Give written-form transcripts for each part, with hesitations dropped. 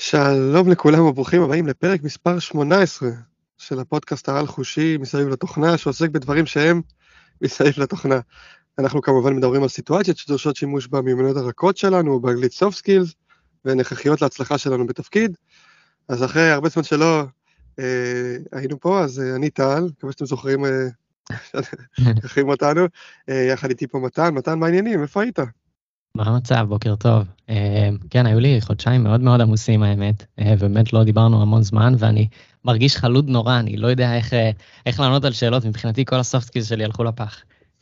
שלום לכולם וברוכים הבאים לפרק מספר 18 של הפודקאסט הרעל חושי מסביב לתוכנה, שעוסק בדברים שהם מסביב לתוכנה. אנחנו כמובן מדברים על סיטואציות שדורשות שימוש במיומנויות הרכות שלנו, באנגלית soft skills, והן הכרחיות להצלחה שלנו בתפקיד. אז אחרי הרבה זמן שלא היינו פה, אז אני טל, מקווה שאתם זוכרים אותנו, יחד איתי פה מתן, מה העניינים? איפה היית? מה המצב? בוקר טוב. כן, היו לי חודשיים מאוד מאוד עמוסים האמת, ובאמת לא דיברנו המון זמן, ואני מרגיש חלוד נורא, אני לא יודע איך לענות על שאלות, מבחינתי כל הסופט סקילס שלי הלכו לפח.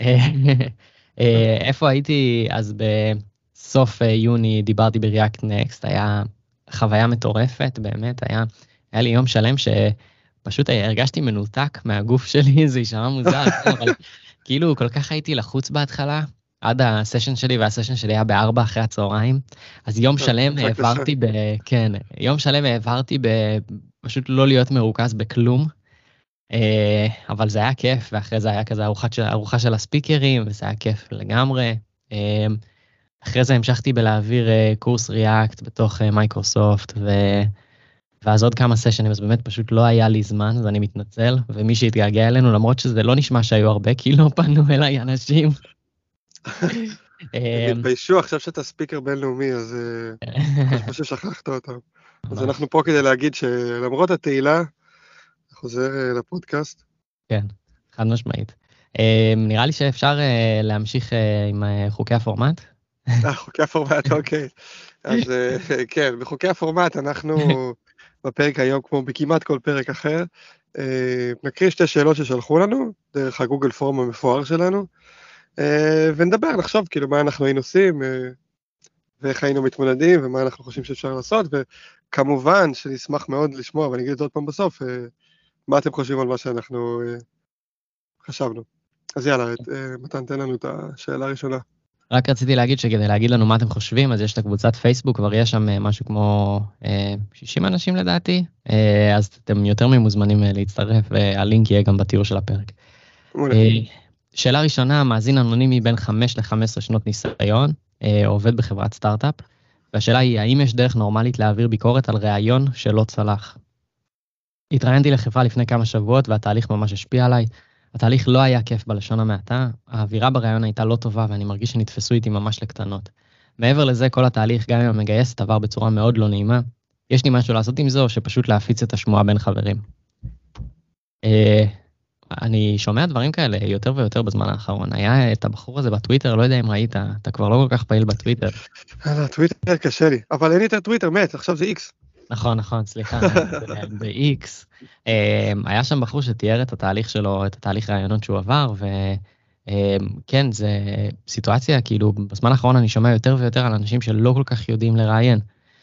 איפה הייתי? אז בסוף יוני דיברתי בריאקט נקסט, היה חוויה מטורפת, באמת, היה לי יום שלם שפשוט הרגשתי מנותק מהגוף שלי, זה יישמע מוזר, אבל כאילו כל כך הייתי לחוץ בהתחלה, עד הסשן שלי, והסשן שלי היה ב4 אחרי הצהריים, אז יום שלם העברתי פשוט לא להיות מרוכז בכלום, אבל זה היה כיף, ואחרי זה היה כזה ארוחה של הספיקרים, וזה היה כיף לגמרי. אחרי זה המשכתי בלהעביר קורס ריאקט בתוך מייקרוסופט, ואז עוד כמה סשנים, אז באמת פשוט לא היה לי זמן, אז אני מתנצל, ומי שהתגעגע אלינו, למרות שזה לא נשמע שהיו הרבה, כי לא פנו אליי אנשים. התביישו עכשיו שאתה ספיקר בינלאומי, אז חשבו ששכחת אותם. אז אנחנו פה כדי להגיד שלמרות התהילה, חוזר לפודקאסט. כן, חד משמעית. נראה לי שאפשר להמשיך עם חוקי הפורמט. חוקי הפורמט, אוקיי. אז כן, בחוקי הפורמט אנחנו בפרק היום, כמו בכמעט כל פרק אחר, נקריא שתי שאלות ששלחו לנו, דרך הגוגל פורם המפואר שלנו, ונדבר, נחשוב כאילו מה אנחנו היינו עושים, ואיך היינו מתמודדים, ומה אנחנו חושבים שאפשר לעשות, וכמובן שנשמח מאוד לשמוע, ואני אגיד את זה עוד פעם בסוף, מה אתם חושבים על מה שאנחנו חשבנו. אז יאללה, מתן, תן לנו את השאלה הראשונה. רק רציתי להגיד שכדי להגיד לנו מה אתם חושבים, אז יש את הקבוצת פייסבוק, כבר יש שם משהו כמו 60 אנשים לדעתי, אז אתם יותר ממוזמנים להצטרף, והלינק יהיה גם בתיאור של הפרק. שאלה ראשונה, מאזין אנונימי בין 5 ל-15 שנות ניסיון, עובד בחברת סטארט-אפ, והשאלה היא, האם יש דרך נורמלית להעביר ביקורת על ראיון שלא צלח? התראיינתי לחברה לפני כמה שבועות, והתהליך ממש השפיע עליי. התהליך לא היה כיף בלשון המעטה, האווירה בראיון הייתה לא טובה, ואני מרגיש שנתפסו איתי ממש לקטנות. מעבר לזה, כל התהליך, גם עם המגייסת, עבר בצורה מאוד לא נעימה. יש לי משהו לעשות עם זה, או שפשוט להפיץ את השמועה בין חברים. אני שומע דברים כאלה יותר ויותר בזמן האחרון. היה את הבחור הזה בטוויטר, לא יודע אם ראית, אתה כבר לא כל כך פעיל בטוויטר. טוויטר קשה לי, אבל אין יותר טוויטר, מת, עכשיו זה איקס. נכון, סליחה, ב-X. היה שם בחור שתיאר את התהליך שלו, את התהליך רעיונות שהוא עבר, וכן, זה סיטואציה, כאילו, בזמן האחרון אני שומע יותר ויותר על אנשים שלא כל כך יודעים לראיין.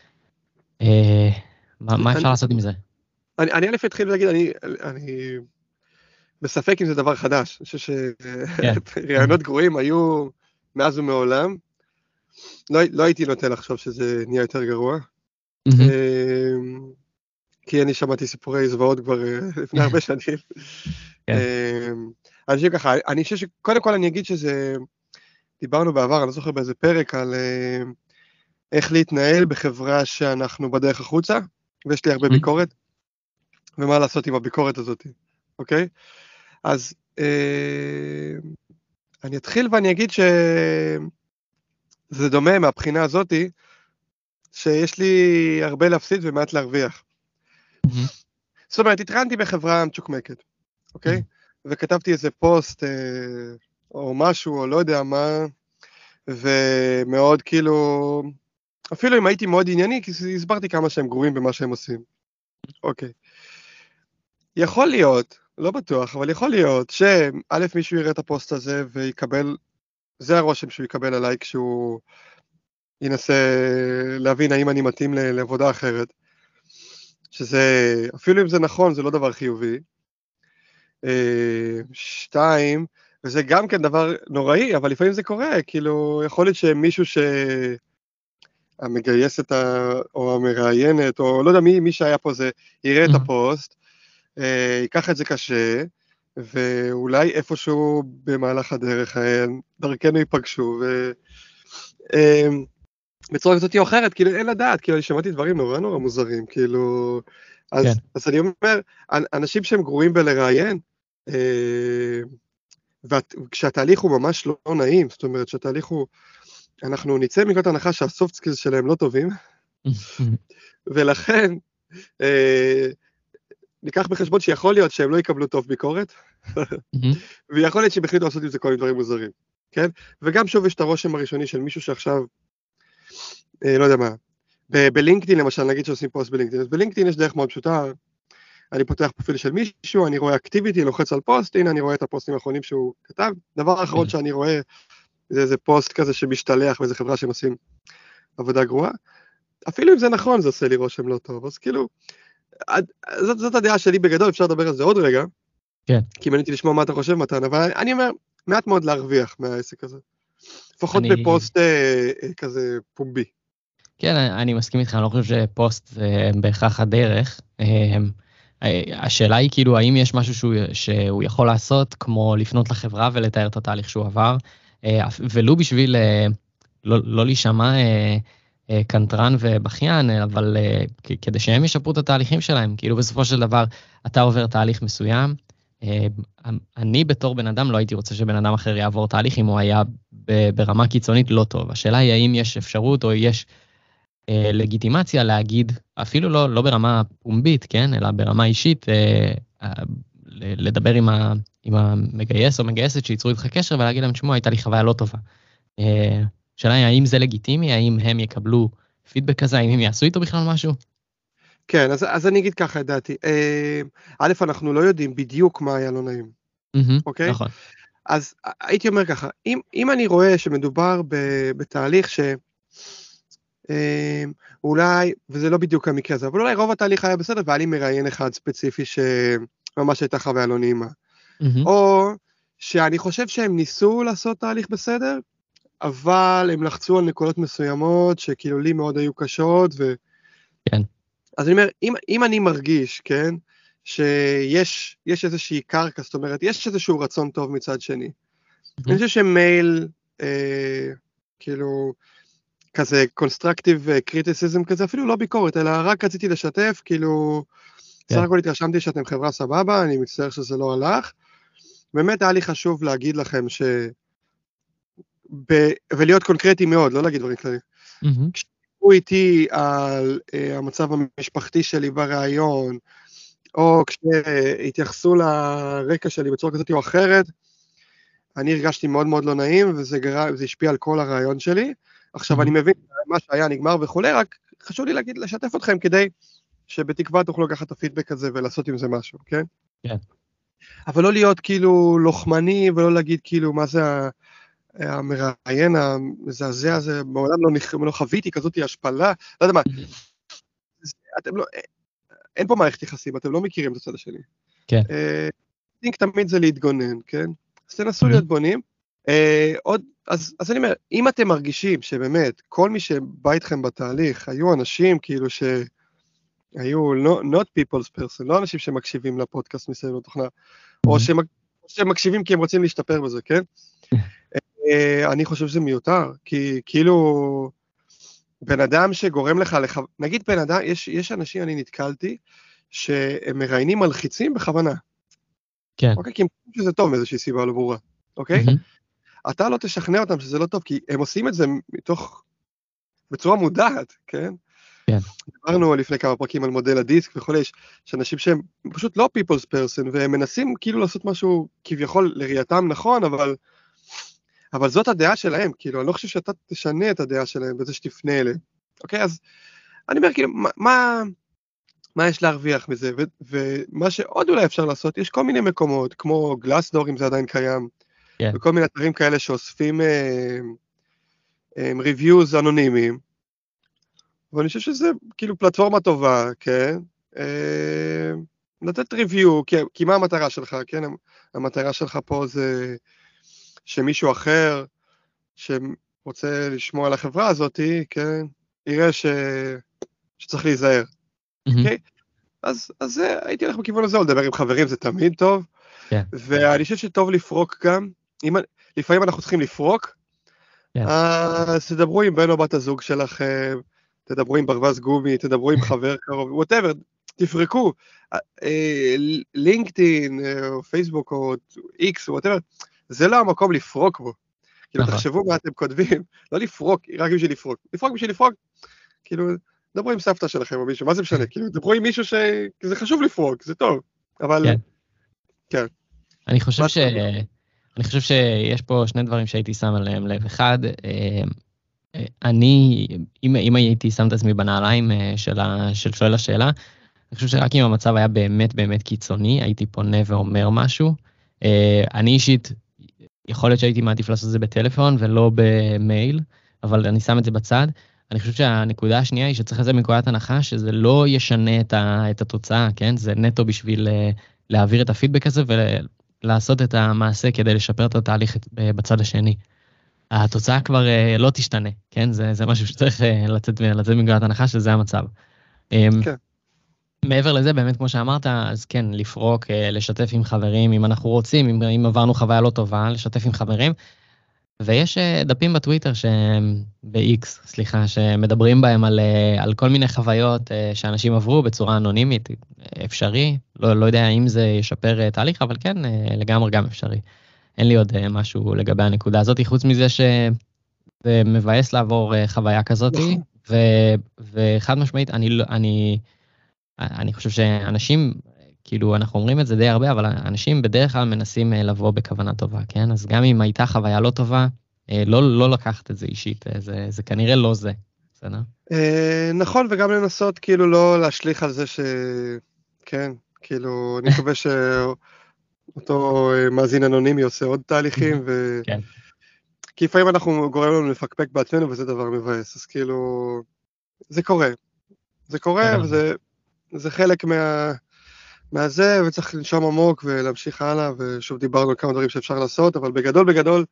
מה אפשר לעשות עם זה? אני אלף התחיל להגיד, אני בספק אם זה דבר חדש. אני חושב שרעיונות גרועים היו מאז ומעולם. לא הייתי נוטה לחשוב שזה נהיה יותר גרוע. כי אני שמעתי סיפורי זוועות כבר לפני הרבה שנים. אני חושב שקודם כל אני אגיד שזה, דיברנו בעבר, אני לא זוכר באיזה פרק, על איך להתנהל בחברה שאנחנו בדרך החוצה, ויש לי הרבה ביקורת, ומה לעשות עם הביקורת הזאת, אוקיי? אז אני אתחיל ואני אגיד שזה דומה מהבחינה הזאת, שיש לי הרבה להפסיד ומעט להרוויח. זאת אומרת, התראיינתי בחברה מצ'וקמקת, אוקיי? וכתבתי איזה פוסט או משהו, או לא יודע מה, ומאוד כאילו, אפילו אם הייתי מאוד ענייני, כי הסברתי כמה שהם גרועים במה שהם עושים. אוקיי. יכול להיות, לא בטוח, אבל יכול להיות שא' מישהו יראה את הפוסט הזה ויקבל, זה הרושם שהוא יקבל עליי כשהוא ינסה להבין האם אני מתאים לעבודה אחרת, שזה, אפילו אם זה נכון, זה לא דבר חיובי. 2, וזה גם כן דבר נוראי, אבל לפעמים זה קורה, כאילו, יכול להיות שמישהו שהמגייסת או המראיינת, או לא יודע מי שהיה פה זה, יראה את הפוסט, ייקח את זה קשה, ואולי איפשהו במהלך הדרך, דרכנו ייפגשו, בצורה כזאת או אחרת, כאילו אין לדעת, כאילו אני שמעתי דברים נורא נורא מוזרים, כאילו, כן. אז אני אומר, אנשים שהם גרועים בלראיין, וכשהתהליך הוא ממש לא נעים, זאת אומרת שהתהליך הוא, אנחנו נצא מנקודת הנחה שהסופט סקילס שלהם לא טובים, ולכן ניקח בחשבון שיכול להיות שהם לא יקבלו טוב ביקורת, ויכול להיות שהם החליטו לעשות עם זה כל מיני דברים מוזרים, כן? וגם שוב יש את הרושם הראשוני של מישהו שעכשיו, לא יודע מה, בלינקדאין למשל, נגיד שעושים פוסט בלינקדאין, אז בלינקדאין יש דרך מאוד פשוטה, אני פותח פרופיל של מישהו, אני רואה אקטיביטי, לוחץ על פוסט, הנה אני רואה את הפוסטים האחרונים שהוא כתב, דבר האחרון שאני רואה, זה איזה פוסט כזה שמשתלח באיזה חברה שהם עושים עבודה גרועה, אפילו אם זה נכון, זה עושה לי רושם לא טוב, אז כאילו, זאת הדעה שלי בגדול, אפשר לדבר על זה עוד רגע, כן. כי מעניתי לשמוע מה אתה חושב מתן, אבל אני אומר, מעט מאוד להרוויח מהעסק הזה, לפחות בפוסט כזה פומבי. כן, אני מסכים איתך, אני לא חושב שפוסט זה בהכרח הדרך. השאלה היא כאילו, האם יש משהו שהוא יכול לעשות, כמו לפנות לחברה ולתאר את התהליך שהוא עבר, ולו בשביל לא להישמע קנטרן ובכיין, אבל כדי שהם ישפרו את התהליכים שלהם, כאילו בסופו של דבר, אתה עובר תהליך מסוים, אני בתור בן אדם לא הייתי רוצה שבן אדם אחר יעבור תהליך, אם הוא היה ברמה קיצונית לא טוב. השאלה היא האם יש אפשרות או יש לגיטימציה להגיד, אפילו לא ברמה פומבית, כן, אלא ברמה אישית, לדבר עם המגייס או מגייסת שיצרו איתך קשר ולהגיד להם, שמוע, הייתה לי חוויה לא טובה. השאלה היא האם זה לגיטימי, האם הם יקבלו פידבק כזה, האם הם יעשו איתו בכלל משהו? כן, אז אני אגיד ככה את דעתי. א', אנחנו לא יודעים בדיוק מה היה לא נעים. אוקיי? נכון. אז הייתי אומר ככה, אם אני רואה שמדובר בתהליך אולי, וזה לא בדיוק המקרה הזה, אבל אולי רוב התהליך היה בסדר, והיה לי מראיין אחד ספציפי שממש הייתה חוויה לא נעימה. או שאני חושב שהם ניסו לעשות תהליך בסדר, אבל הם לחצו על נקודות מסוימות שכאילו לי מאוד היו קשות, כן. אז אני אומר, אם אני מרגיש, כן, שיש איזושהי קרקע, זאת אומרת, יש איזשהו רצון טוב מצד שני. אני חושב שמייל, כאילו, כזה קונסטרקטיב קריטיסיזם כזה, אפילו לא ביקורת, אלא רק רציתי לשתף, כאילו, סך הכל התרשמתי שאתם חברה סבבה, אני מצטער שזה לא הלך. באמת היה לי חשוב להגיד לכם ולהיות קונקרטי מאוד, לא להגיד דברים כללי. כשדיברו איתי על המצב המשפחתי שלי ברעיון, או כשהתייחסו לרקע שלי בצורה כזאת או אחרת, אני הרגשתי מאוד מאוד לא נעים, וזה השפיע על כל הרעיון שלי. עכשיו אני מבין מה שהיה נגמר וכו', רק חשוב לי לשתף אתכם כדי שבתקווה תוכלו לקחת את הפידבק הזה ולעשות עם זה משהו, כן? כן. אבל לא להיות כאילו לוחמני ולא להגיד כאילו מה זה המראיין המזעזע הזה, מעולם לא חוויתי כזאת השפלה, לא יודע מה, אתם לא, אין פה מערכת יחסים, אתם לא מכירים את הצד השני. כן. תמיד זה להתגונן, כן? אז תנסו להיות בונים. אז אני אומר, אם אתם מרגישים שבאמת כל מי שבא איתכם בתהליך, היו אנשים כאילו שהיו not people's person, לא אנשים שמקשיבים לפודקאסט מסביב לתוכנה, או שמקשיבים כי הם רוצים להשתפר בזה, כן? אני חושב שזה מיותר, כי כאילו בן אדם שגורם לך, נגיד בן אדם, יש אנשים, אני נתקלתי, שהם מראיינים מלחיצים בכוונה. כן. אוקיי? כי הם חושבים שזה טוב מאיזושהי סיבה לא ברורה, אוקיי? אתה לא תשכנע אותם שזה לא טוב, כי הם עושים את זה בצורה מודעת, כן? כן. דיברנו לפני כמה פרקים על מודל הדיסק וכו', יש אנשים שהם פשוט לא people's person, והם מנסים כאילו לעשות משהו כביכול לראייתם נכון, אבל זאת הדעה שלהם, כאילו, אני לא חושב שאתה תשנה את הדעה שלהם בזה שתפנה אליהם, אוקיי? אז אני אומר, כאילו, מה יש להרוויח מזה? ומה שעוד אולי אפשר לעשות, יש כל מיני מקומות, כמו גלאסדור, אם זה עדיין קיים, וכל מיני אתרים כאלה שאוספים ריוויוז אנונימיים, ואני חושב שזה כאילו פלטפורמה טובה, כן? לתת ריוויו, כי מה המטרה שלך, כן? המטרה שלך פה זה שמישהו אחר שרוצה לשמוע על החברה הזאת, כן? יראה שצריך להיזהר, אוקיי? אז הייתי הולך בכיוון הזה, לדבר עם חברים זה תמיד טוב, ואני חושב שטוב לפרוק גם, לפעמים אנחנו צריכים לפרוק, כן. אז תדברו עם בן או בת הזוג שלכם, תדברו עם ברווז גומי, תדברו עם חבר קרוב, whatever, תפרקו. לינקדאין, או פייסבוק, או איקס, whatever, זה לא המקום לפרוק בו. כאילו, נכון. תחשבו מה אתם כותבים, לא לפרוק, רק בשביל לפרוק. לפרוק בשביל לפרוק, כאילו, דברו עם סבתא שלכם או מישהו, מה זה משנה? כאילו, דברו עם מישהו זה חשוב לפרוק, זה טוב, אבל, כן. כן. אני חושב מה אתה אומר? אני חושב שיש פה שני דברים שהייתי שם עליהם לב. אחד, אני, אם הייתי שם את עצמי בנעליים של שואל השאלה, אני חושב שרק אם המצב היה באמת באמת קיצוני, הייתי פונה ואומר משהו. אני אישית, יכול להיות שהייתי מעדיף לעשות את זה בטלפון ולא במייל, אבל אני שם את זה בצד. אני חושב שהנקודה השנייה היא שצריך לזה מנקודת הנחה, שזה לא ישנה את התוצאה, כן? זה נטו בשביל להעביר את הפידבק הזה ולעשות את המעשה כדי לשפר את התהליך בצד השני. התוצאה כבר לא תשתנה, כן? זה משהו שצריך לצאת מנקודת הנחה שזה המצב. כן. מעבר לזה, באמת, כמו שאמרת, אז כן, לפרוק, לשתף עם חברים, אם אנחנו רוצים, אם עברנו חוויה לא טובה, לשתף עם חברים. ויש דפים בטוויטר ב-X, סליחה, שמדברים בהם על כל מיני חוויות שאנשים עברו בצורה אנונימית, אפשרי, לא יודע אם זה ישפר תהליך, אבל כן, לגמרי גם אפשרי. אין לי עוד משהו לגבי הנקודה הזאת, חוץ מזה שזה מבאס לעבור חוויה כזאת, נכון. וחד משמעית, אני חושב שאנשים, כאילו אנחנו אומרים את זה די הרבה, אבל אנשים בדרך כלל מנסים לבוא בכוונה טובה, כן? אז גם אם הייתה חוויה לא טובה, לא לקחת את זה אישית, זה כנראה לא זה, בסדר? נכון, וגם לנסות כאילו לא להשליך על זה כן, כאילו, אני מקווה שאותו מאזין אנונימי עושה עוד תהליכים, כן. כי לפעמים אנחנו גורם לנו לפקפק בעצמנו, וזה דבר מבאס, אז כאילו, זה קורה. זה קורה, וזה חלק מהזה, וצריך לנשום עמוק ולהמשיך הלאה, ושוב דיברנו על כמה דברים שאפשר לעשות, אבל בגדול,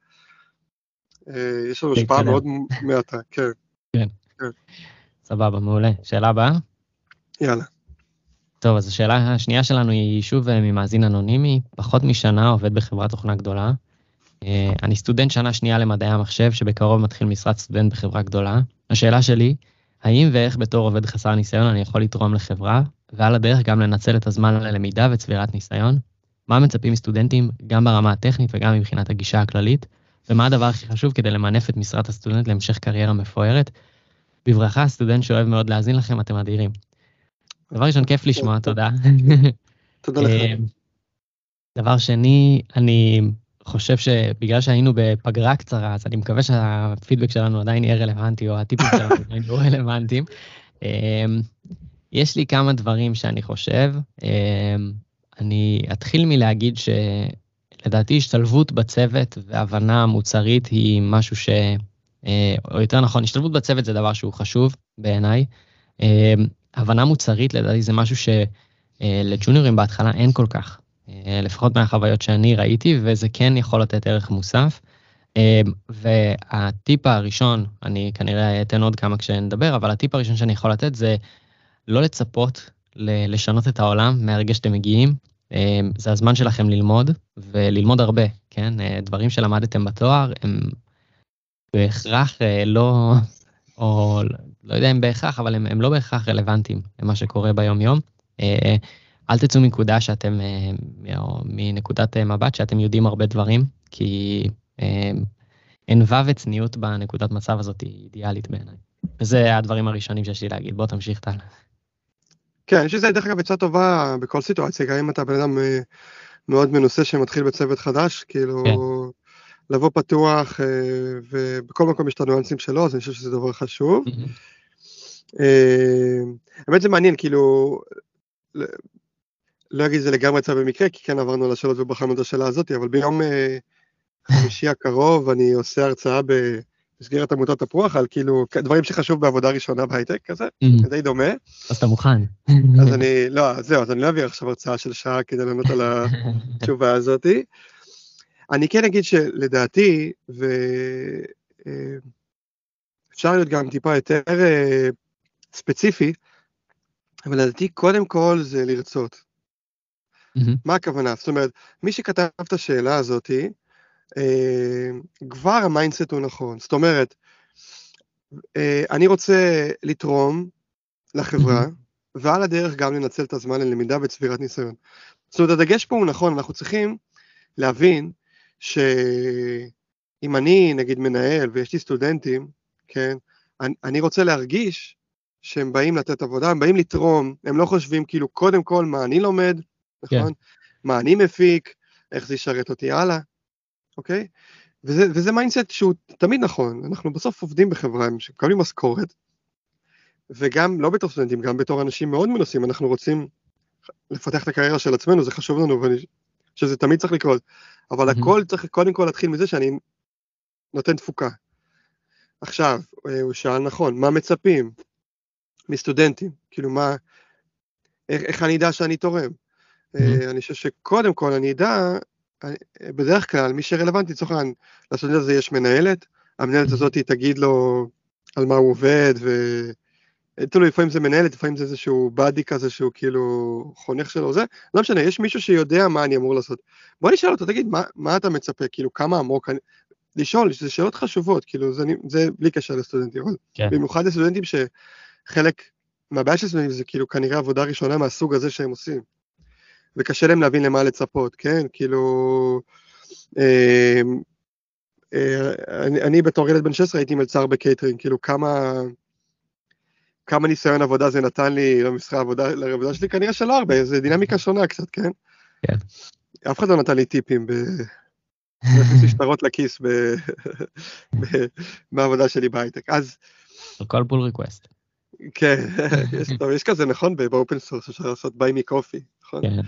יש לנו השפעה מאוד מעטה, כן. כן. סבבה, מעולה. שאלה הבאה? יאללה. טוב, אז השאלה השנייה שלנו היא שוב ממאזין אנונימי, פחות משנה עובד בחברת תוכנה גדולה. אני סטודנט שנה שנייה למדעי המחשב, שבקרוב מתחיל משרת סטודנט בחברה גדולה. השאלה שלי, האם ואיך בתור עובד חסר ניסיון אני יכול לתרום לחברה, ועל הדרך גם לנצל את הזמן ללמידה וצבירת ניסיון? מה מצפים מסטודנטים, גם ברמה הטכנית וגם מבחינת הגישה הכללית? ומה הדבר הכי חשוב כדי למנף את משרת הסטודנט להמשך קריירה מפוארת? בברכה, סטודנט שאוהב מאוד להאזין לכם, אתם אדירים. דבר ראשון, כיף לשמוע, תודה. תודה לך. דבר שני, אני חושב שבגלל שהיינו בפגרה קצרה, אז אני מקווה שהפידבק שלנו עדיין יהיה רלוונטי, או הטיפים שלנו עדיין יהיו רלוונטיים. יש לי כמה דברים שאני חושב. אני אתחיל מלהגיד שלדעתי השתלבות בצוות והבנה מוצרית היא משהו או יותר נכון, השתלבות בצוות זה דבר שהוא חשוב בעיניי. הבנה מוצרית לדעתי זה משהו שלג'וניורים בהתחלה אין כל כך. לפחות מהחוויות שאני ראיתי, וזה כן יכול לתת ערך מוסף. והטיפ הראשון, אני כנראה אתן עוד כמה כשנדבר, אבל הטיפ הראשון שאני יכול לתת זה לא לצפות לשנות את העולם מהרגע שאתם מגיעים. זה הזמן שלכם ללמוד, וללמוד הרבה, כן? דברים שלמדתם בתואר, הם בהכרח לא, או לא יודע אם בהכרח, אבל הם לא בהכרח רלוונטיים למה שקורה ביום יום. אל תצאו מנקודה שאתם, או מנקודת מבט שאתם יודעים הרבה דברים, כי ענווה וצניעות בנקודת מצב הזאת היא אידיאלית בעיניי. וזה הדברים הראשונים שיש לי להגיד. בוא תמשיך טל. כן, אני חושב שזה דרך אגב עצה טובה בכל סיטואציה, גם אם אתה בן אדם מאוד מנוסה שמתחיל בצוות חדש, כאילו לבוא פתוח, ובכל מקום יש את הניואנסים שלו, אז אני חושב שזה דבר חשוב. האמת זה מעניין, כאילו, לא אגיד זה לגמרי יצא במקרה, כי כן עברנו על השאלות ובחרנו את השאלה הזאת, אבל ביום חמישי הקרוב אני עושה הרצאה במסגרת עמותת תפוח, על כאילו דברים שחשוב בעבודה ראשונה בהייטק כזה, די דומה. אז אתה מוכן. אז אני, לא, זהו, אז אני לא אביא עכשיו הרצאה של שעה כדי לענות על התשובה הזאת. אני כן אגיד שלדעתי, ואפשר להיות גם טיפה יותר ספציפי, אבל לדעתי קודם כל זה לרצות. מה הכוונה? זאת אומרת, מי שכתב את השאלה הזאת, כבר המיינדסט הוא נכון. זאת אומרת, אני רוצה לתרום לחברה, ועל הדרך גם לנצל את הזמן ללמידה וצבירת ניסיון. זאת אומרת, הדגש פה הוא נכון, אנחנו צריכים להבין שאם אני נגיד מנהל ויש לי סטודנטים, כן, אני רוצה להרגיש שהם באים לתת עבודה, הם באים לתרום, הם לא חושבים כאילו קודם כל מה אני לומד, נכון? מה אני מפיק, איך זה ישרת אותי הלאה, אוקיי? וזה מיינדסט שהוא תמיד נכון, אנחנו בסוף עובדים בחברה, שמקבלים משכורת, וגם לא בתור סטודנטים, גם בתור אנשים מאוד מנוסים, אנחנו רוצים לפתח את הקריירה של עצמנו, זה חשוב לנו, שזה תמיד צריך לקרות, אבל הכל צריך קודם כל להתחיל מזה שאני נותן תפוקה. עכשיו, הוא שאל נכון, מה מצפים מסטודנטים? כאילו איך אני אדע שאני תורם? אני חושב שקודם כל אני אדע, בדרך כלל מי שרלוונטי צריך לעשות את זה, יש מנהלת, המנהלת הזאת תגיד לו על מה הוא עובד, תלוי, לפעמים זה מנהלת, לפעמים זה איזשהו בדי כזה שהוא כאילו חונך שלו, זה, לא משנה, יש מישהו שיודע מה אני אמור לעשות. בוא נשאל אותו, תגיד, מה אתה מצפה, כאילו כמה עמוק, לשאול, זה שאלות חשובות, כאילו זה בלי קשר לסטודנטים, במיוחד לסטודנטים שחלק מהבעיה של סטודנטים זה כאילו כנראה עבודה ראשונה מהסוג הזה שהם עושים, וקשה להם להבין למה לצפות, כן, כאילו, אני בתור ילד בן 16 הייתי מלצר בקייטרינג, כאילו כמה ניסיון עבודה זה נתן לי למשרה לעבודה שלי, כנראה שלא הרבה, זה דינמיקה שונה קצת, כן? כן. אף אחד לא נתן לי טיפים להכניס שטרות לכיס בעבודה שלי בהייטק, אז... כל פול ריקווסט. כן, יש כזה, נכון? באופן סורס אפשר לעשות ביי מי קופי, נכון? כן.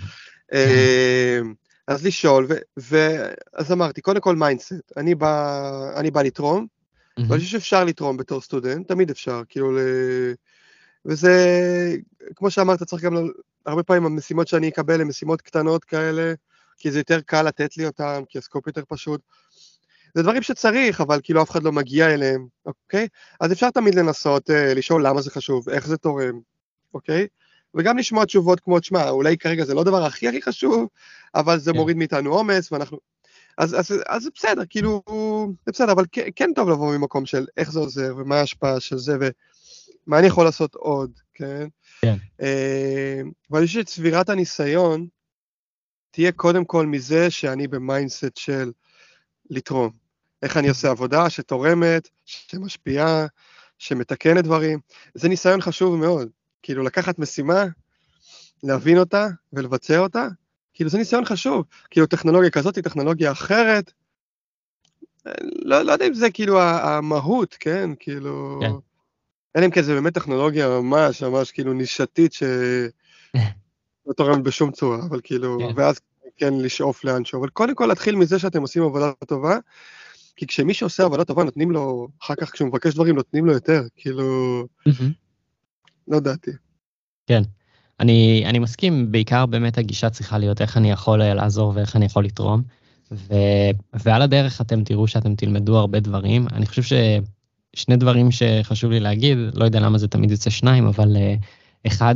אז לשאול, אז אמרתי, קודם כל מיינדסט, אני בא לתרום, ואני חושב שאפשר לתרום בתור סטודנט, תמיד אפשר, כאילו, וזה, כמו שאמרת, צריך גם, הרבה פעמים המשימות שאני אקבל, הן משימות קטנות כאלה, כי זה יותר קל לתת לי אותם, כי הסקופ יותר פשוט, זה דברים שצריך, אבל כאילו אף אחד לא מגיע אליהם, אוקיי? אז אפשר תמיד לנסות, לשאול למה זה חשוב, איך זה תורם, אוקיי? וגם לשמוע תשובות כמו, תשמע, אולי כרגע זה לא דבר הכי חשוב, אבל זה מוריד מאיתנו אומץ, ואנחנו... אז זה בסדר, כאילו, זה בסדר, אבל כן טוב לבוא ממקום של איך זה עוזר, ומה ההשפעה של זה, ומה אני יכול לעשות עוד, כן? כן. ואני חושב שצבירת הניסיון, תהיה קודם כל מזה שאני במיינדסט של לתרום. איך אני עושה עבודה שתורמת, שמשפיעה, שמתקנת דברים. זה ניסיון חשוב מאוד. כאילו לקחת משימה, להבין אותה ולבצע אותה, כאילו זה ניסיון חשוב. כאילו טכנולוגיה כזאת היא טכנולוגיה אחרת. לא יודע אם זה כאילו המהות, כן? כאילו... כן. אין אם כזה באמת טכנולוגיה ממש כאילו נישתית לא תורמת בשום צורה, אבל כאילו... כן. ואז כן לשאוף לאנשהו. אבל קודם כל להתחיל מזה שאתם עושים עבודה טובה, כי כשמי שעושה עבודה טובה נותנים לו, אחר כך כשהוא מבקש דברים נותנים לו יותר, כאילו, לא דעתי. כן, אני מסכים, בעיקר באמת הגישה צריכה להיות איך אני יכול לעזור ואיך אני יכול לתרום, ועל הדרך אתם תראו שאתם תלמדו הרבה דברים, אני חושב ששני דברים שחשוב לי להגיד, לא יודע למה זה תמיד יוצא שניים, אבל אחד,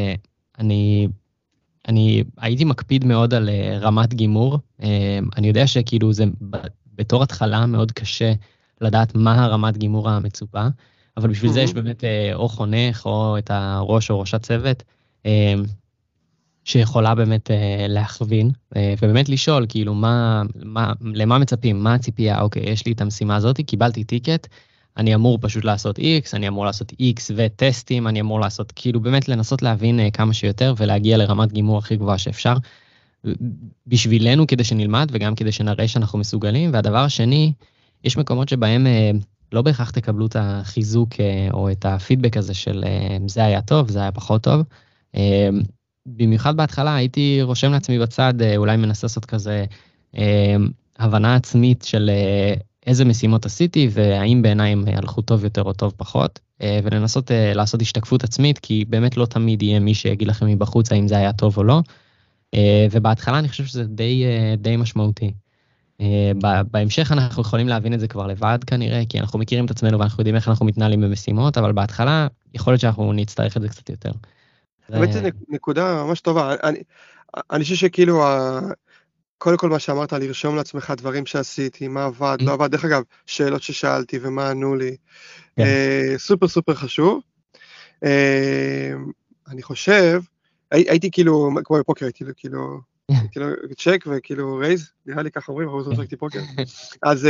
אני הייתי מקפיד מאוד על רמת גימור, אני יודע שכאילו זה בתור התחלה מאוד קשה לדעת מה הרמת גימור המצופה, אבל בשביל זה יש באמת או חונך או את הראש או ראשת צוות, שיכולה באמת להכווין, ובאמת לשאול כאילו למה מצפים, מה הציפייה, אוקיי, יש לי את המשימה הזאת, קיבלתי טיקט, אני אמור פשוט לעשות X, אני אמור לעשות X וטסטים, אני אמור לעשות כאילו באמת לנסות להבין כמה שיותר ולהגיע לרמת גימור הכי גבוהה שאפשר, בשבילנו כדי שנלמד וגם כדי שנראה שאנחנו מסוגלים, והדבר השני, יש מקומות שבהם לא בהכרח תקבלו את החיזוק או את הפידבק הזה של זה היה טוב, זה היה פחות טוב. במיוחד בהתחלה הייתי רושם לעצמי בצד, אולי מנסה לעשות כזה הבנה עצמית של איזה משימות עשיתי, והאם בעיניי הם הלכו טוב יותר או טוב פחות, ולנסות לעשות השתקפות עצמית, כי באמת לא תמיד יהיה מי שיגיד לכם מבחוץ האם זה היה טוב או לא, ובהתחלה אני חושב שזה די משמעותי. בהמשך אנחנו יכולים להבין את זה כבר לבד כנראה, כי אנחנו מכירים את עצמנו ואנחנו יודעים איך אנחנו מתנהלים במשימות, אבל בהתחלה יכול להיות שאנחנו נצטרך את זה קצת יותר. באמת זו נקודה ממש טובה, אני חושב שכאילו קודם כל מה שאמרת, לרשום לעצמך דברים שעשיתי, מה עבד, לא עבד, דרך אגב, שאלות ששאלתי ומה ענו לי, סופר סופר חשוב. אני חושב, הייתי כאילו, כמו בפוקר, הייתי כאילו צ'ק וכאילו רייז, נראה לי ככה אומרים, אבל לא צ'קתי פוקר. אז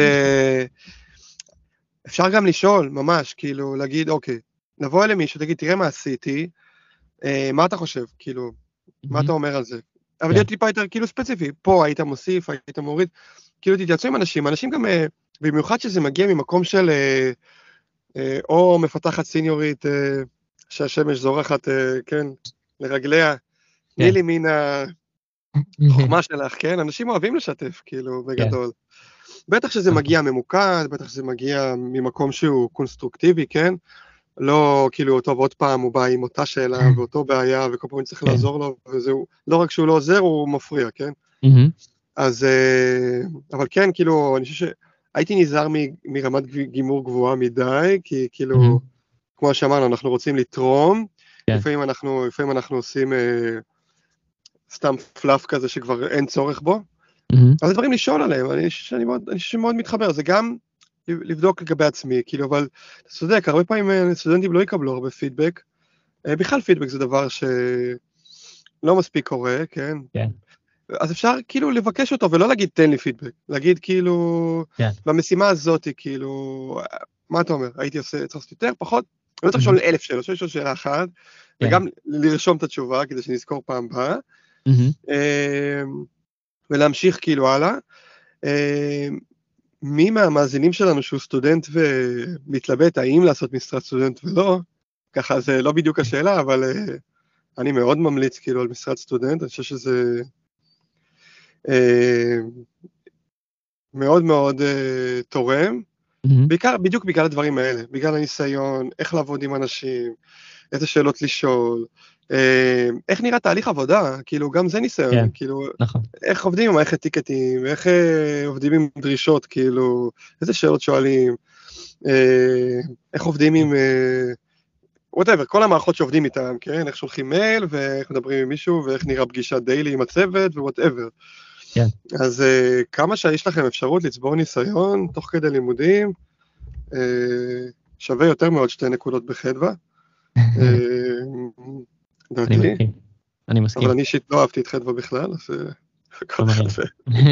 אפשר גם לשאול, ממש, כאילו, להגיד, אוקיי, לבוא אלה מישהו, תגיד, תראה מה עשיתי, מה אתה חושב, כאילו, מה אתה אומר על זה? אבל להיות טיפה יותר כאילו ספציפי, פה היית מוסיף, היית מוריד, כאילו תתייעצו עם אנשים, אנשים גם, במיוחד שזה מגיע ממקום של, או מפתחת סיניורית, שהשמש זורחת, כן, לרגליה, תני לי מן החוכמה שלך, כן, אנשים אוהבים לשתף, כאילו, בגדול. בטח שזה מגיע ממוקד, בטח שזה מגיע ממקום שהוא קונסטרוקטיבי, כן, לא כאילו, טוב, עוד פעם הוא בא עם אותה שאלה ואותו בעיה, וכל פעם צריך לעזור לו, וזהו, לא רק שהוא לא עוזר, הוא מפריע, כן? אז, אבל כן, כאילו, אני חושב שהייתי נזהר מרמת גימור גבוהה מדי, כי כאילו, כמו שאמרנו, אנחנו רוצים לתרום, לפעמים אנחנו עושים סתם פלאף כזה שכבר אין צורך בו, אז דברים לשאול עליהם, אני חושב שמאוד מתחבר, זה גם לבדוק לגבי עצמי, כאילו, אבל אתה צודק, הרבה פעמים סטודנטים לא יקבלו הרבה פידבק, בכלל פידבק זה דבר שלא מספיק קורה, כן? כן. אז אפשר כאילו לבקש אותו ולא להגיד תן לי פידבק, להגיד כאילו, במשימה הזאת, כאילו, מה אתה אומר? הייתי עושה, צריך יותר, פחות? אני לא צריך לשאול 1,000 שאלות, צריך לשאול שאלה אחת, וגם לרשום את התשובה, כדי שנזכור פעם הבאה, ולהמשיך כאילו הלאה. מי מהמאזינים שלנו שהוא סטודנט ומתלבט האם לעשות משרת סטודנט ולא, ככה זה לא בדיוק השאלה, אבל אני מאוד ממליץ כאילו על משרת סטודנט, אני חושב שזה מאוד מאוד תורם, בדיוק בגלל הדברים האלה, בגלל הניסיון, איך לעבוד עם אנשים, איזה שאלות לשאול, איך נראה תהליך עבודה, כאילו גם זה ניסיון, כאילו איך עובדים עם מערכת טיקטים, איך עובדים עם דרישות, כאילו איזה שאלות שואלים, איך עובדים עם, whatever, כל המערכות שעובדים איתם, כן, איך שולחים מייל, ואיך מדברים עם מישהו, ואיך נראה פגישת דיילי עם הצוות, ו-whatever. כן. אז כמה שיש לכם אפשרות לצבור ניסיון, תוך כדי לימודים, שווה יותר מאוד 2 נקודות בחדווה. אני מסכים. אבל אני אישית לא אהבתי את חדווה בכלל, אז כל אחד זה.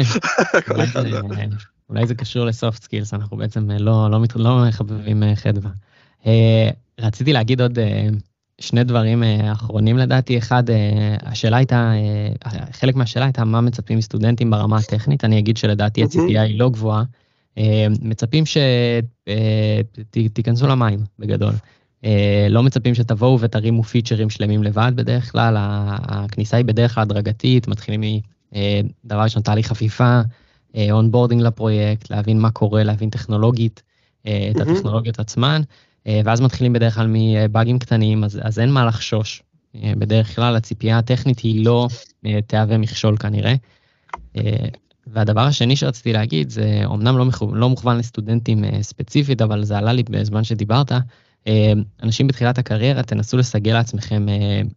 אולי זה קשור לסופט סקילס, אנחנו בעצם לא מחבבים חדווה. רציתי להגיד עוד 2 דברים אחרונים לדעתי. אחד, השאלה הייתה, חלק מהשאלה הייתה מה מצפים מסטודנטים ברמה הטכנית, אני אגיד שלדעתי הציפייה היא לא גבוהה, מצפים שתיכנסו למים בגדול. לא מצפים שתבואו ותרימו פיצ'רים שלמים לבד בדרך כלל, הכניסה היא בדרך כלל הדרגתית, מתחילים מדבר ראשון תהליך חפיפה, אונבורדינג לפרויקט, להבין מה קורה, להבין טכנולוגית, את הטכנולוגיות עצמן, ואז מתחילים בדרך כלל מבאגים קטנים, אז אין מה לחשוש. בדרך כלל הציפייה הטכנית היא לא תהווה מכשול כנראה. והדבר השני שרציתי להגיד, זה אומנם לא מוכוון לסטודנטים ספציפית, אבל זה עלה לי בזמן שדיברת, אנשים בתחילת הקריירה, תנסו לסגל לעצמכם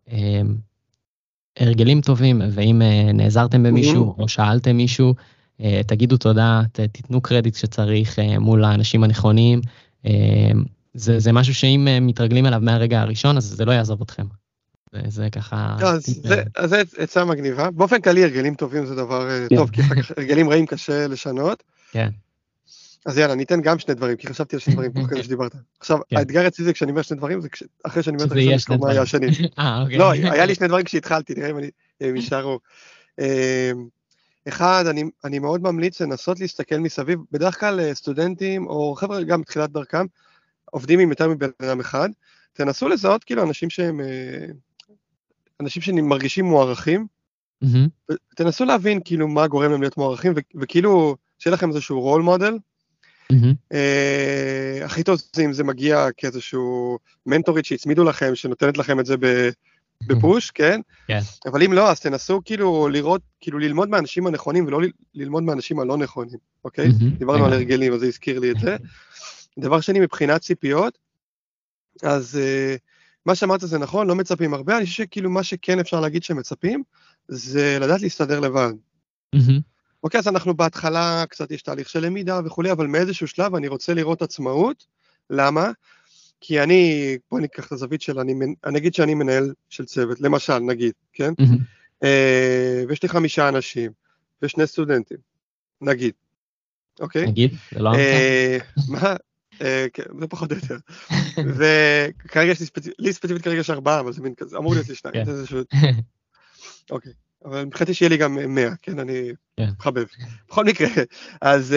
הרגלים טובים, ואם נעזרתם במישהו או שאלתם מישהו, תגידו תודה, תיתנו קרדיט שצריך מול האנשים הנכונים, זה משהו שאם מתרגלים אליו מהרגע הראשון, אז זה לא יעזוב אתכם. זה ככה... אז זה עצה מגניבה. באופן כללי, הרגלים טובים זה דבר טוב, כי הרגלים רעים קשה לשנות. כן. אז יאללה, ניתן גם 2 דברים, כי חשבתי על 2 דברים תוך כדי שדיברת. עכשיו, האתגר אצלי זה כשאני אומר 2 דברים, זה אחרי שאני אומר את הראשון, לזכור מה היה השני. לא, היה לי 2 דברים כשהתחלתי, נראה אם הם יישארו. אחד, אני מאוד ממליץ לנסות להסתכל מסביב, בדרך כלל סטודנטים, או חבר'ה גם בתחילת דרכם, עובדים עם יותר מבן אדם אחד, תנסו לזהות כאילו אנשים שמרגישים מוערכים, ותנסו להבין כאילו מה גורם להם להיות מוערכים, וכאילו, שיהיה לכם איזשהו רול מודל, הכי טוב זה אם זה מגיע כאיזשהו מנטורית שהצמידו לכם, שנותנת לכם את זה בפוש, כן? אבל אם לא, אז תנסו כאילו לראות, כאילו ללמוד מהאנשים הנכונים, ולא ללמוד מהאנשים הלא נכונים, אוקיי? דיברנו על הרגלים, אז זה הזכיר לי את זה. דבר שני, מבחינת ציפיות, אז מה שאמרת זה נכון, לא מצפים הרבה, אני חושב שכאילו מה שכן אפשר להגיד שמצפים, זה לדעת להסתדר לבד. אוקיי, אז אנחנו בהתחלה קצת יש תהליך של למידה וכולי, אבל מאיזשהו שלב אני רוצה לראות עצמאות. למה? כי בוא ניקח את הזווית של, אני אגיד שאני מנהל של צוות, למשל, נגיד, כן? ויש לי 5 אנשים, ו2 סטודנטים, נגיד, אוקיי? נגיד, זה לא המצב. מה? כן, זה פחות או יותר. וכרגע לי ספציפית כרגע יש 4, אבל זה מין כזה, אמור להיות לי 2. אוקיי, אבל מבחינתי שיהיה לי גם 100, כן? אני מחבב. בכל מקרה, אז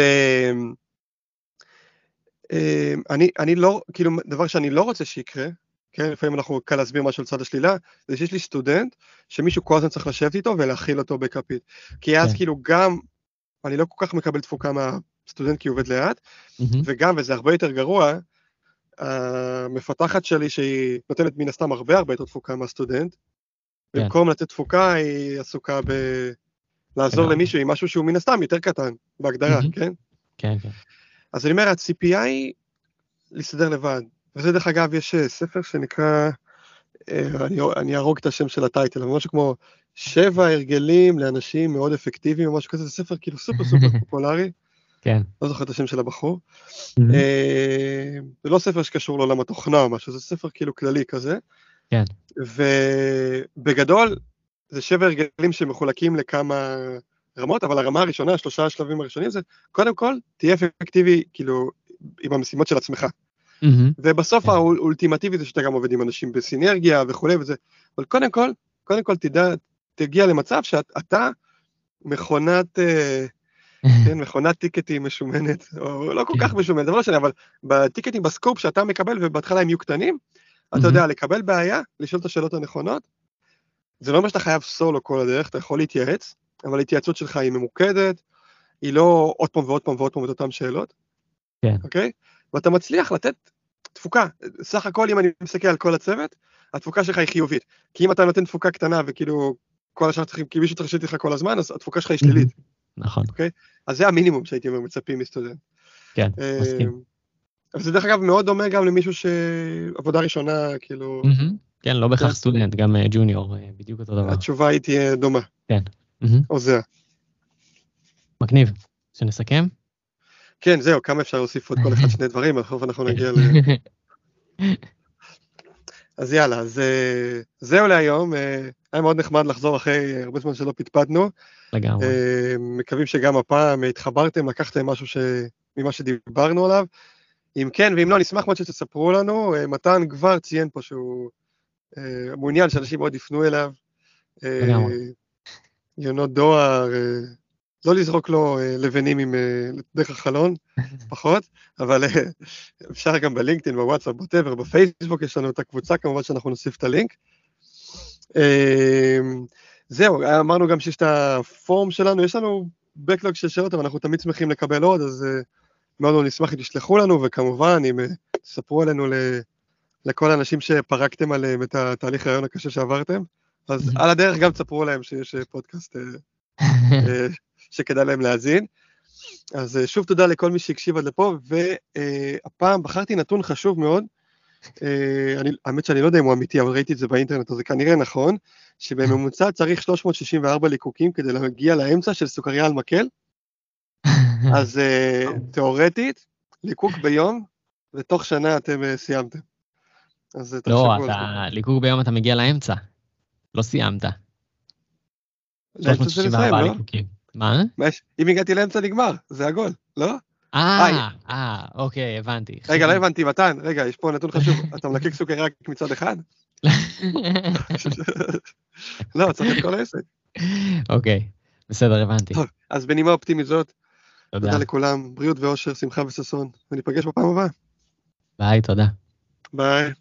אני לא, כאילו, דבר שאני לא רוצה שיקרה, כן, לפעמים אנחנו קל להסביר משהו על צד השלילה, זה שיש לי סטודנט, שמישהו כל הזמן צריך לשבת איתו ולהכיל אותו בכפית. כי אז כאילו גם, אני לא כל כך מקבל תפוקה מהסטודנט כי הוא עובד לאט, וגם, וזה הרבה יותר גרוע, המפתחת שלי שהיא נותנת מן הסתם הרבה יותר תפוקה מהסטודנט, במקום לתת תפוקה היא עסוקה לעזור למישהו עם משהו שהוא מן הסתם יותר קטן, בהגדרה, כן? כן, כן. אז אני אומר, הציפייה היא להסתדר לבד. וזה דרך אגב, יש ספר שנקרא, אני ארוג את השם של הטייטל, אבל משהו כמו 7 הרגלים לאנשים מאוד אפקטיביים, או משהו כזה, זה ספר כאילו סופר פופולרי. כן. לא זוכר את השם של הבחור. זה לא ספר שקשור לעולם התוכנה או משהו, זה ספר כאילו כללי כזה. כן. ובגדול, זה 7 הרגלים שמחולקים לכמה רמות, אבל הרמה הראשונה, 3 השלבים הראשונים, זה קודם כל, תהיה אפקטיבי, כאילו, עם המשימות של עצמך. ובסוף האולטימטיבי זה שאתה גם עובד עם אנשים בסינרגיה וכולי וזה, אבל קודם כל תגיע למצב שאתה מכונת טיקטים משומנת, או לא כל כך משומנת, אבל לא שני, אבל בטיקטים בסקופ שאתה מקבל, ובהתחלה הם יהיו קטנים, אתה יודע, לקבל בעיה, לשאול את השאלות הנכונות, זה לא אומר שאתה חייב סולו כל הדרך, אתה יכול להתייעץ, אבל ההתייעצות שלך היא ממוקדת, היא לא עוד פעם ועוד פעם ועוד פעם את אותם שאלות, אוקיי? ואתה מצליח לתת תפוקה, סך הכל אם אני מסתכל על כל הצוות, התפוקה שלך היא חיובית, כי אם אתה נותן תפוקה קטנה וכאילו כל השאר צריכים, כי מישהו צריך לשבת איתך כל הזמן, אז התפוקה שלך היא שלילית. נכון. אוקיי? אז זה המינימום שהייתי אומר מצפים מסטודנט. כן, מסכים. אבל זה דרך אגב מאוד דומה גם למישהו שעבודה ראשונה, כאילו... כן, לא בהכרח סטודנט, גם ג'וניור, בדיוק אותו דבר. התשובה היא תהיה דומה. כן. או זה. מגניב. שנסכם? כן, זהו, כמה אפשר להוסיף עוד כל אחד 2 דברים, אחרי אנחנו נגיע אז יאללה, אז זהו להיום, היה מאוד נחמד לחזור אחרי הרבה זמן שלא פטפטנו. לגמרי. מקווים שגם הפעם התחברתם, לקחתם משהו ממה שדיברנו עליו. אם כן, ואם לא, נשמח מאוד שתספרו לנו. מתן כבר ציין פה שהוא מעוניין שאנשים מאוד יפנו אליו. לגמרי. יונות דואר, לא לזרוק לו לבנים עם דרך החלון, פחות, אבל אפשר גם בלינקדאין, בוואטסאפ, בוטאבר, בפייסבוק, יש לנו את הקבוצה, כמובן שאנחנו נוסיף את הלינק. זהו, אמרנו גם שיש את הפורום שלנו, יש לנו בקלוג של שאלות, אבל אנחנו תמיד שמחים לקבל עוד, אז מאוד נשמח אם תשלחו לנו, וכמובן, אם תספרו עלינו לכל האנשים שפרקתם עליהם את התהליך הרעיון הקשה שעברתם, אז על הדרך גם תספרו להם שיש פודקאסט שכדאי להם להאזין. אז שוב תודה לכל מי שהקשיב עד לפה, והפעם בחרתי נתון חשוב מאוד, האמת שאני לא יודע אם הוא אמיתי, אבל ראיתי את זה באינטרנט, אז זה כנראה נכון, שבממוצע צריך 364 ליקוקים כדי להגיע לאמצע של סוכריה על מקל, אז תיאורטית, ליקוק ביום, ותוך שנה אתם סיימתם. לא, ליקוק ביום אתה מגיע לאמצע, לא סיימת. 364 ליקוקים. מה? אם הגעתי לאמצע נגמר, זה הגול, לא? אוקיי, הבנתי. רגע, לא הבנתי, מתן, רגע, יש פה נתון חשוב, אתה מלקק סוכריה רק מצד אחד? לא, צריך את כל העסק. אוקיי, בסדר, הבנתי. טוב, אז בנימה אופטימית זאת, תודה לכולם, בריאות ואושר, שמחה וששון, וניפגש בפעם הבאה. ביי, תודה. ביי.